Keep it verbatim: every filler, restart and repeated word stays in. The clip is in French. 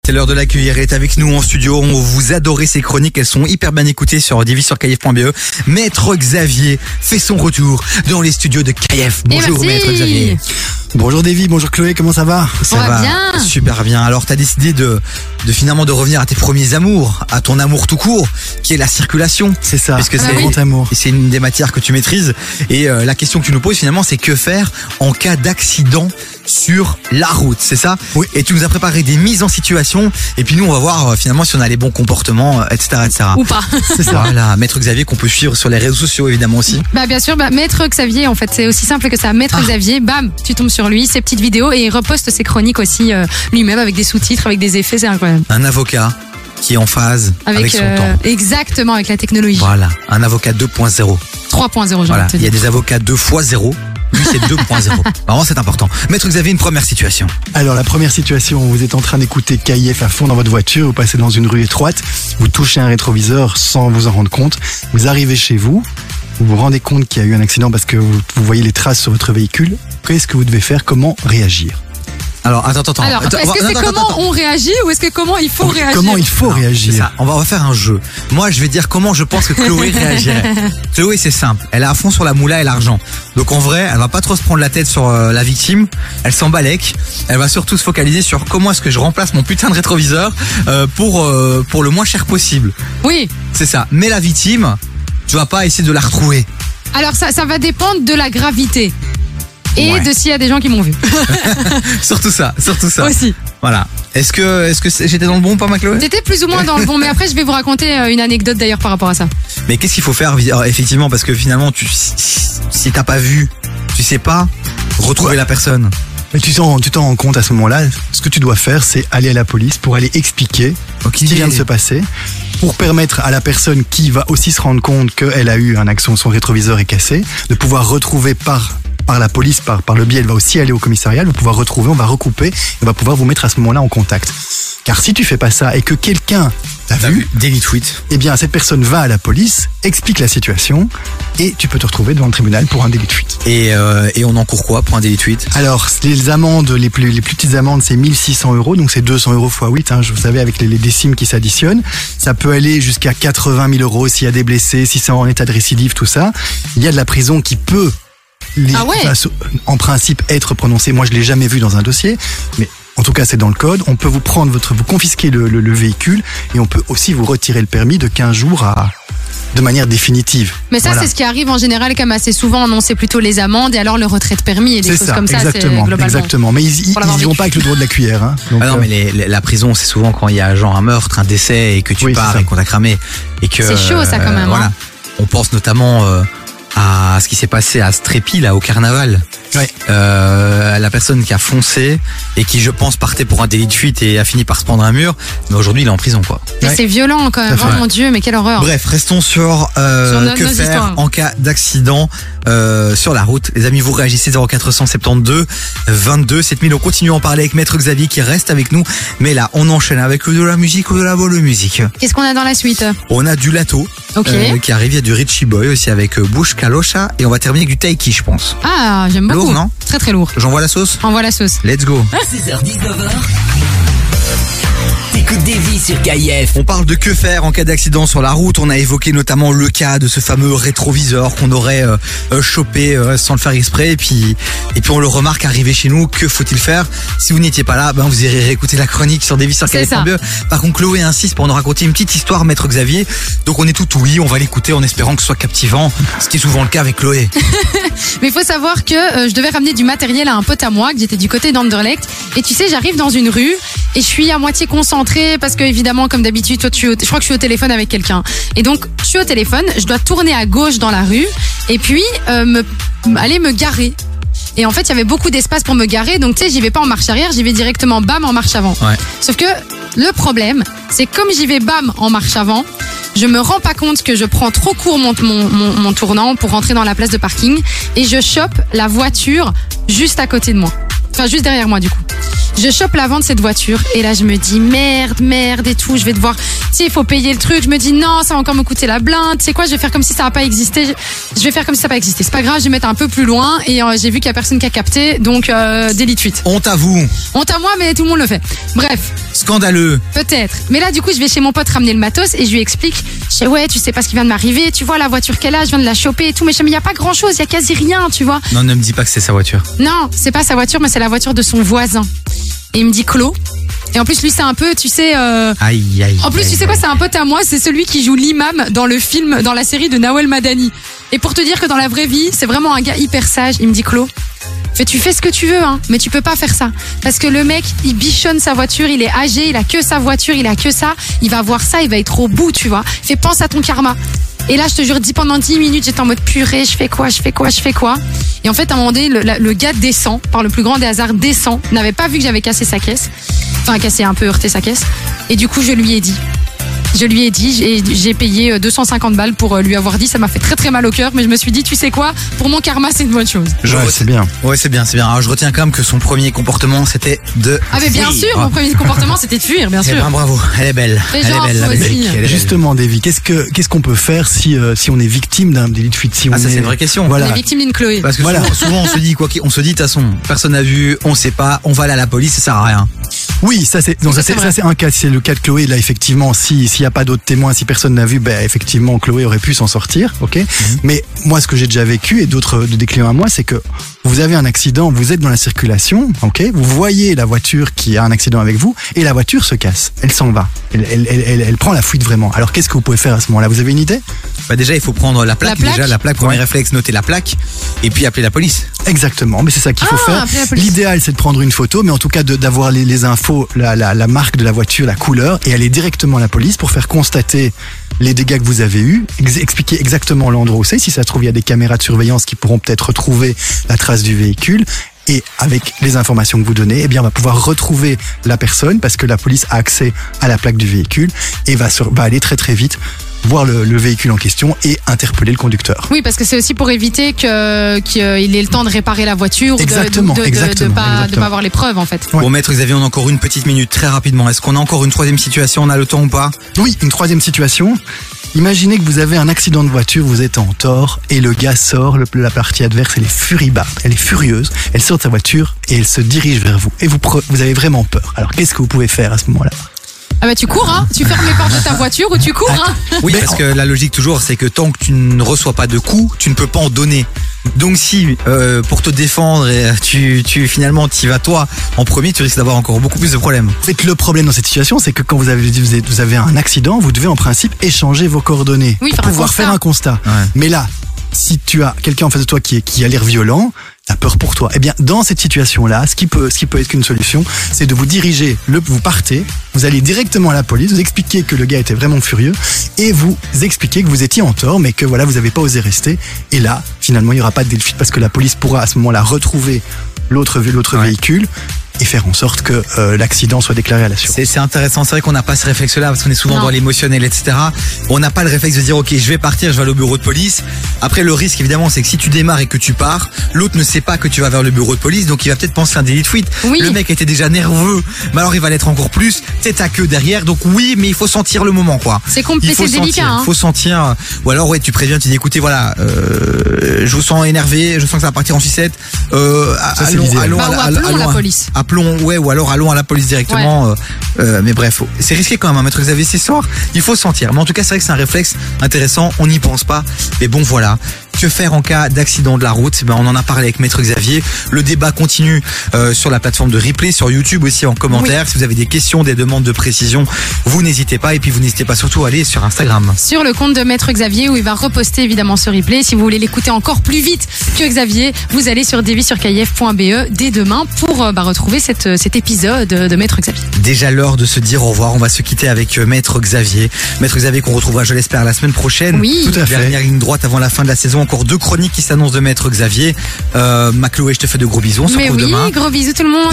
C'est l'heure de l'accueillir, elle est avec nous en studio, on vous adorez ses chroniques, elles sont hyper bien écoutées sur divi sur k f point b e. Maître Xavier fait son retour dans les studios de K F. Bonjour Maître Xavier. Bonjour Davy, bonjour Chloé, comment ça va? Ça va, va bien. Super bien. Alors t'as décidé de, de finalement de revenir à tes premiers amours, à ton amour tout court, qui est la circulation. C'est ça, parce que ah c'est oui. grand amour. C'est une des matières que tu maîtrises. Et euh, la question que tu nous poses finalement, c'est que faire en cas d'accident sur la route, c'est ça? Oui. Et tu nous as préparé des mises en situation. Et puis nous, on va voir euh, finalement si on a les bons comportements, et cetera, et cetera. Ou pas. C'est ça. Voilà, Maître Xavier qu'on peut suivre sur les réseaux sociaux évidemment aussi. Bah bien sûr, bah, Maître Xavier en fait, c'est aussi simple que ça. Maître ah. Xavier, bam, tu tombes sur lui, ses petites vidéos et il reposte ses chroniques aussi euh, lui-même avec des sous-titres, avec des effets, c'est incroyable. Un avocat qui est en phase avec, avec son euh, temps. Exactement, avec la technologie. Voilà, un avocat deux point zéro. trois point zéro, j'ai envie de te dire. Il y a des avocats deux fois zéro. Lui, c'est deux point zéro. Vraiment, c'est important. Maître Xavier, une première situation. Alors, la première situation, vous êtes en train d'écouter K F à fond dans votre voiture, vous passez dans une rue étroite, vous touchez un rétroviseur sans vous en rendre compte, vous arrivez chez vous, vous vous rendez compte qu'il y a eu un accident parce que vous, vous voyez les traces sur votre véhicule. Qu'est-ce que vous devez faire? Comment réagir? Alors, attends, attends, Alors, attends. Est-ce que c'est attends, comment attends. on réagit ou est-ce que comment il faut réagir? Comment il faut non, réagir? Ça. On va, on va faire un jeu. Moi, je vais dire comment je pense que Chloé réagirait. Chloé, c'est simple. Elle est à fond sur la moula et l'argent. Donc, en vrai, elle va pas trop se prendre la tête sur euh, la victime. Elle s'en balèque. Elle va surtout se focaliser sur comment est-ce que je remplace mon putain de rétroviseur euh, pour, euh, pour le moins cher possible. Oui. C'est ça. Mais la victime, tu vas pas essayer de la retrouver. Alors, ça, ça va dépendre de la gravité. Et ouais. de s'il y a des gens qui m'ont vu. Surtout ça, surtout ça. Aussi. Voilà. Est-ce que, est-ce que c'est, j'étais dans le bon, pas ma Chloé? J'étais plus ou moins dans le bon, mais après je vais vous raconter une anecdote d'ailleurs par rapport à ça. Mais qu'est-ce qu'il faut faire effectivement, parce que finalement, tu, si t'as pas vu, tu sais pas retrouver ouais. la personne. Mais tu t'en, tu t'en rends compte à ce moment-là. Ce que tu dois faire, c'est aller à la police pour aller expliquer okay. ce qui vient de se passer, pour permettre à la personne qui va aussi se rendre compte qu'elle a eu un accident, son rétroviseur est cassé, de pouvoir retrouver par par la police, par, par le biais, elle va aussi aller au commissariat, elle va pouvoir retrouver, on va recouper, on va pouvoir vous mettre à ce moment-là en contact. Car si tu fais pas ça et que quelqu'un t'a vu, daily tweet, eh bien cette personne va à la police, explique la situation et tu peux te retrouver devant le tribunal pour un délit de fuite. Et, euh, et on encourt quoi pour un délit de fuite? Alors les amendes, les plus, les plus petites amendes, c'est mille six cents euros, donc c'est deux cents euros fois huit, hein, vous savez, avec les, les décimes qui s'additionnent. Ça peut aller jusqu'à quatre-vingt mille euros s'il y a des blessés, si c'est en état de récidive, tout ça. Il y a de la prison qui peut Les, ah ouais. en principe être prononcé. Moi je l'ai jamais vu dans un dossier, mais en tout cas c'est dans le code. On peut vous prendre votre, vous confisquer le, le, le véhicule et on peut aussi vous retirer le permis de quinze jours à de manière définitive. Mais ça voilà. C'est ce qui arrive en général comme assez souvent. Non, c'est plutôt les amendes et alors le retrait de permis et des c'est choses ça, comme exactement, ça. C'est globalement. Exactement. Mais ils, ils, ils vont pas avec le droit de la cuillère. Hein. Donc, ah non, euh... mais les, les, la prison, c'est souvent quand il y a genre un meurtre, un décès et que tu oui, pars et qu'on t'a cramé et que. C'est chaud ça quand même. Euh, voilà. Hein. On pense notamment. Euh, à ce qui s'est passé à Strépy là au carnaval. Ouais. Euh, la personne qui a foncé et qui je pense partait pour un délit de fuite et a fini par se prendre un mur, mais aujourd'hui il est en prison quoi. Mais ouais. C'est violent quand même. Oh mon Dieu, mais quelle horreur. Bref, restons sur, euh, sur no, que faire histoires. En cas d'accident euh, sur la route. Les amis, vous réagissez zéro quatre cent soixante-douze vingt-deux sept mille. On continue à en parler avec Maître Xavier qui reste avec nous. Mais là, on enchaîne avec de la musique ou de la bonne musique. Qu'est-ce qu'on a dans la suite? On a du Lato okay. euh, qui arrive, il y a du Richie Boy aussi avec euh, Bush Kalosha et on va terminer avec du Taiki, je pense. Ah, j'aime beaucoup. Lourd, non? Très très lourd. J'envoie la sauce? Envoie la sauce. Let's go. seize heures dix-neuf heures. T'écoutes Davy sur K F. On parle de que faire en cas d'accident sur la route. On a évoqué notamment le cas de ce fameux rétroviseur qu'on aurait euh, euh, chopé euh, sans le faire exprès. Et puis, et puis on le remarque arriver chez nous. Que faut-il faire? Si vous n'étiez pas là, ben vous irez réécouter la chronique sur Davy sur K F point B E. Par contre, Chloé insiste pour nous raconter une petite histoire, Maître Xavier. Donc on est tout oui, on va l'écouter en espérant que ce soit captivant, ce qui est souvent le cas avec Chloé. Mais il faut savoir que euh, je devais ramener du matériel à un pote à moi, que j'étais du côté d'Anderlecht. Et tu sais, j'arrive dans une rue et je suis à moitié concentrée parce que évidemment, comme d'habitude, toi, tu, je crois que je suis au téléphone avec quelqu'un. Et donc, je suis au téléphone, je dois tourner à gauche dans la rue et puis euh, me, aller me garer. Et en fait, il y avait beaucoup d'espace pour me garer. Donc, tu sais, j'y vais pas en marche arrière, j'y vais directement bam en marche avant. Ouais. Sauf que le problème, c'est que comme j'y vais bam en marche avant, je me rends pas compte que je prends trop court mon, mon, mon, mon tournant pour rentrer dans la place de parking et je chope la voiture juste à côté de moi. Enfin, juste derrière moi, du coup. Je chope l'avant de cette voiture et là, je me dis merde, merde et tout. Je vais devoir sais, il faut payer le truc. Je me dis non, ça va encore me coûter la blinde. Tu sais quoi, je vais faire comme si ça n'a pas existé. Je, je vais faire comme si ça n'a pas existé. C'est pas grave, je vais mettre un peu plus loin et euh, j'ai vu qu'il y a personne qui a capté, donc euh, délit de fuite. Honte à vous. Honte à moi, mais tout le monde le fait. Bref. Scandaleux. Peut-être. Mais là, du coup, je vais chez mon pote ramener le matos et je lui explique. Je sais, ouais, tu sais pas ce qui vient de m'arriver. Tu vois la voiture qu'elle a, je viens de la choper et tout. Mais il n'y a pas grand chose, il y a quasi rien, tu vois. Non, ne me dis pas que c'est sa voiture. Non, c'est pas sa voiture, mais c'est la voiture de son voisin. Et il me dit Clos. Et en plus, lui, c'est un peu, tu sais. Euh... Aïe, aïe. En plus, aïe, tu sais quoi, c'est un pote à moi. C'est celui qui joue l'imam dans le film, dans la série de Nawel Madani. Et pour te dire que dans la vraie vie, c'est vraiment un gars hyper sage. Il me dit Clos. Fait, tu fais ce que tu veux, hein, mais tu peux pas faire ça. Parce que le mec, il bichonne sa voiture, il est âgé, il a que sa voiture, il a que ça. Il va voir ça, il va être au bout, tu vois. Fais, pense à ton karma. Et là, je te jure, dis pendant dix minutes, j'étais en mode purée, je fais quoi, je fais quoi, je fais quoi. Et en fait, à un moment donné, le, le gars descend, par le plus grand des hasards, descend, n'avait pas vu que j'avais cassé sa caisse. Enfin, cassé, un peu heurté sa caisse. Et du coup, je lui ai dit. Je lui ai dit, j'ai, j'ai payé deux cent cinquante balles pour lui avoir dit, ça m'a fait très très mal au cœur, mais je me suis dit, tu sais quoi, pour mon karma, c'est une bonne chose. Je Ouais, retiens- c'est bien. Ouais, c'est bien, c'est bien. Alors, je retiens quand même que son premier comportement, c'était de. Ah, mais bien fuir. sûr, mon premier comportement, c'était de fuir, bien Eh sûr. ben, bravo. Elle est belle. Mais Elle est genre, belle, la faut belle. aussi. Elle est belle. Justement, Davy, qu'est-ce que qu'est-ce qu'on peut faire si euh, si on est victime d'un délit de fuite, si Ah, on ça, est c'est une vraie question. On Voilà. est victime d'une Chloé. Parce que Voilà. souvent, souvent, on se dit quoi qu'il- on se dit de toute façon, personne n'a vu, on sait pas, on va aller à la police, ça sert à rien. Oui, ça c'est non, Ça, ça c'est c'est vrai. ça c'est un cas. C'est le cas de Chloé. Là, effectivement, si s'il y a pas d'autres témoins, si personne n'a vu, ben effectivement, Chloé aurait pu s'en sortir, ok. Mais moi, ce que j'ai déjà vécu et d'autres de des clients à moi, c'est que vous avez un accident, vous êtes dans la circulation, ok. Vous voyez la voiture qui a un accident avec vous et la voiture se casse. Elle s'en va. Elle elle, elle, elle, elle prend la fuite vraiment. Alors qu'est-ce que vous pouvez faire à ce moment-là? Vous avez une idée? Bah, déjà, il faut prendre la plaque. La plaque. Déjà, la plaque, premier Ouais. réflexe, noter la plaque. Et puis appeler la police. Exactement, mais c'est ça qu'il faut Ah, faire. appeler la police. L'idéal, c'est de prendre une photo, mais en tout cas de- d'avoir les, les infos, la, la, la marque de la voiture, la couleur, et aller directement à la police pour faire constater les dégâts que vous avez eus, ex- expliquer exactement l'endroit où c'est. Si ça se trouve, il y a des caméras de surveillance qui pourront peut-être retrouver la trace du véhicule. Et avec les informations que vous donnez, eh bien, on va pouvoir retrouver la personne parce que la police a accès à la plaque du véhicule et va, sur, va aller très très vite voir le, le véhicule en question et interpeller le conducteur. Oui, parce que c'est aussi pour éviter que qu'il ait le temps de réparer la voiture, ou de- Exactement, de, de, de, exactement, de pas, de exactement. pas avoir les preuves en fait. Ouais. Bon, maître Xavier, on a encore une petite minute, très rapidement. Est-ce qu'on a encore une troisième situation? On a le temps ou pas? Oui, une troisième situation. Imaginez que vous avez un accident de voiture, vous êtes en tort et le gars sort, le- la partie adverse, elle est furibarde, elle est furieuse, elle sort de sa voiture et elle se dirige vers vous. Et vous, pre- vous avez vraiment peur. Alors qu'est-ce que vous pouvez faire à ce moment-là? Ah bah tu cours, hein. Tu fermes les portes de ta voiture ou tu cours, hein. Oui, Mais parce en- que la logique toujours, c'est que tant que tu ne reçois pas de coups, tu ne peux pas en donner. Donc si, euh, pour te défendre, et tu, tu finalement t'y vas toi en premier, tu risques d'avoir encore beaucoup plus de problèmes. En fait, le problème dans cette situation, c'est que quand vous avez, vous avez- vous avez un accident, vous devez en principe échanger vos coordonnées Oui, pour faire un pouvoir constat. faire un constat. Ouais. Mais là, si tu as quelqu'un en face de toi qui, est, qui a l'air violent, t'as peur pour toi. Eh bien, dans cette situation-là, ce qui peut, ce qui peut être qu'une solution, c'est de vous diriger, le, vous partez, vous allez directement à la police, vous expliquez que le gars était vraiment furieux et vous expliquez que vous étiez en tort, mais que voilà, vous n'avez pas osé rester. Et là, finalement, il n'y aura pas de délit de fuite parce que la police pourra à ce moment-là retrouver l'autre, l'autre Ouais. véhicule et faire en sorte que euh, l'accident soit déclaré à l'assurance. C'est c'est intéressant, c'est vrai qu'on n'a pas ce réflexe-là parce qu'on est souvent Non. dans l'émotionnel, et cetera. On n'a pas le réflexe de dire ok, je vais partir, je vais aller au bureau de police. Après, le risque évidemment, c'est que si tu démarres et que tu pars, l'autre ne sait pas que tu vas vers le bureau de police, donc il va peut-être penser à un délit de fuite. Oui. Le mec était déjà nerveux, mais alors il va l'être encore plus. C'est ta queue derrière, donc oui, mais il faut sentir le moment, quoi. C'est compl- Il mais faut c'est sentir, délicat, hein. faut sentir. Ou alors ouais, tu préviens, tu dis écoutez, voilà, euh, je vous sens énervé, je sens que ça va partir en sucette. Euh, Ça, c'est allons, l'idéal. allons, Bah, à ou la- appelons allons la à- police. Appelons, ouais, ou alors allons à la police directement. euh, euh, mais bref, c'est risqué quand même, hein, maître Xavier, c'est soir. Il faut sentir. Mais en tout cas, c'est vrai que c'est un réflexe intéressant. On n'y pense pas. Mais bon, voilà. Que faire en cas d'accident de la route? Ben, on en a parlé avec maître Xavier. Le débat continue euh, sur la plateforme de replay, sur YouTube aussi en commentaire. Si vous avez des questions, des demandes de précision, vous n'hésitez pas. Et puis vous n'hésitez pas surtout à aller sur Instagram. Sur le compte de Maître Xavier où il va reposter évidemment ce replay. Si vous voulez l'écouter encore plus vite que Xavier, vous allez sur davy sur k i f point b e dès demain pour euh, bah, retrouver cette, cet épisode de Maître Xavier. Déjà l'heure de se dire au revoir. On va se quitter avec euh, maître Xavier. Maître Xavier qu'on retrouvera, je l'espère, la semaine prochaine. Oui. Tout à fait. Dernière ligne droite avant la fin de la saison. Encore deux chroniques qui s'annoncent de maître Xavier. Euh, ma Chloé, je te fais de gros bisous. On se Mais retrouve oui, demain. gros bisous tout le monde.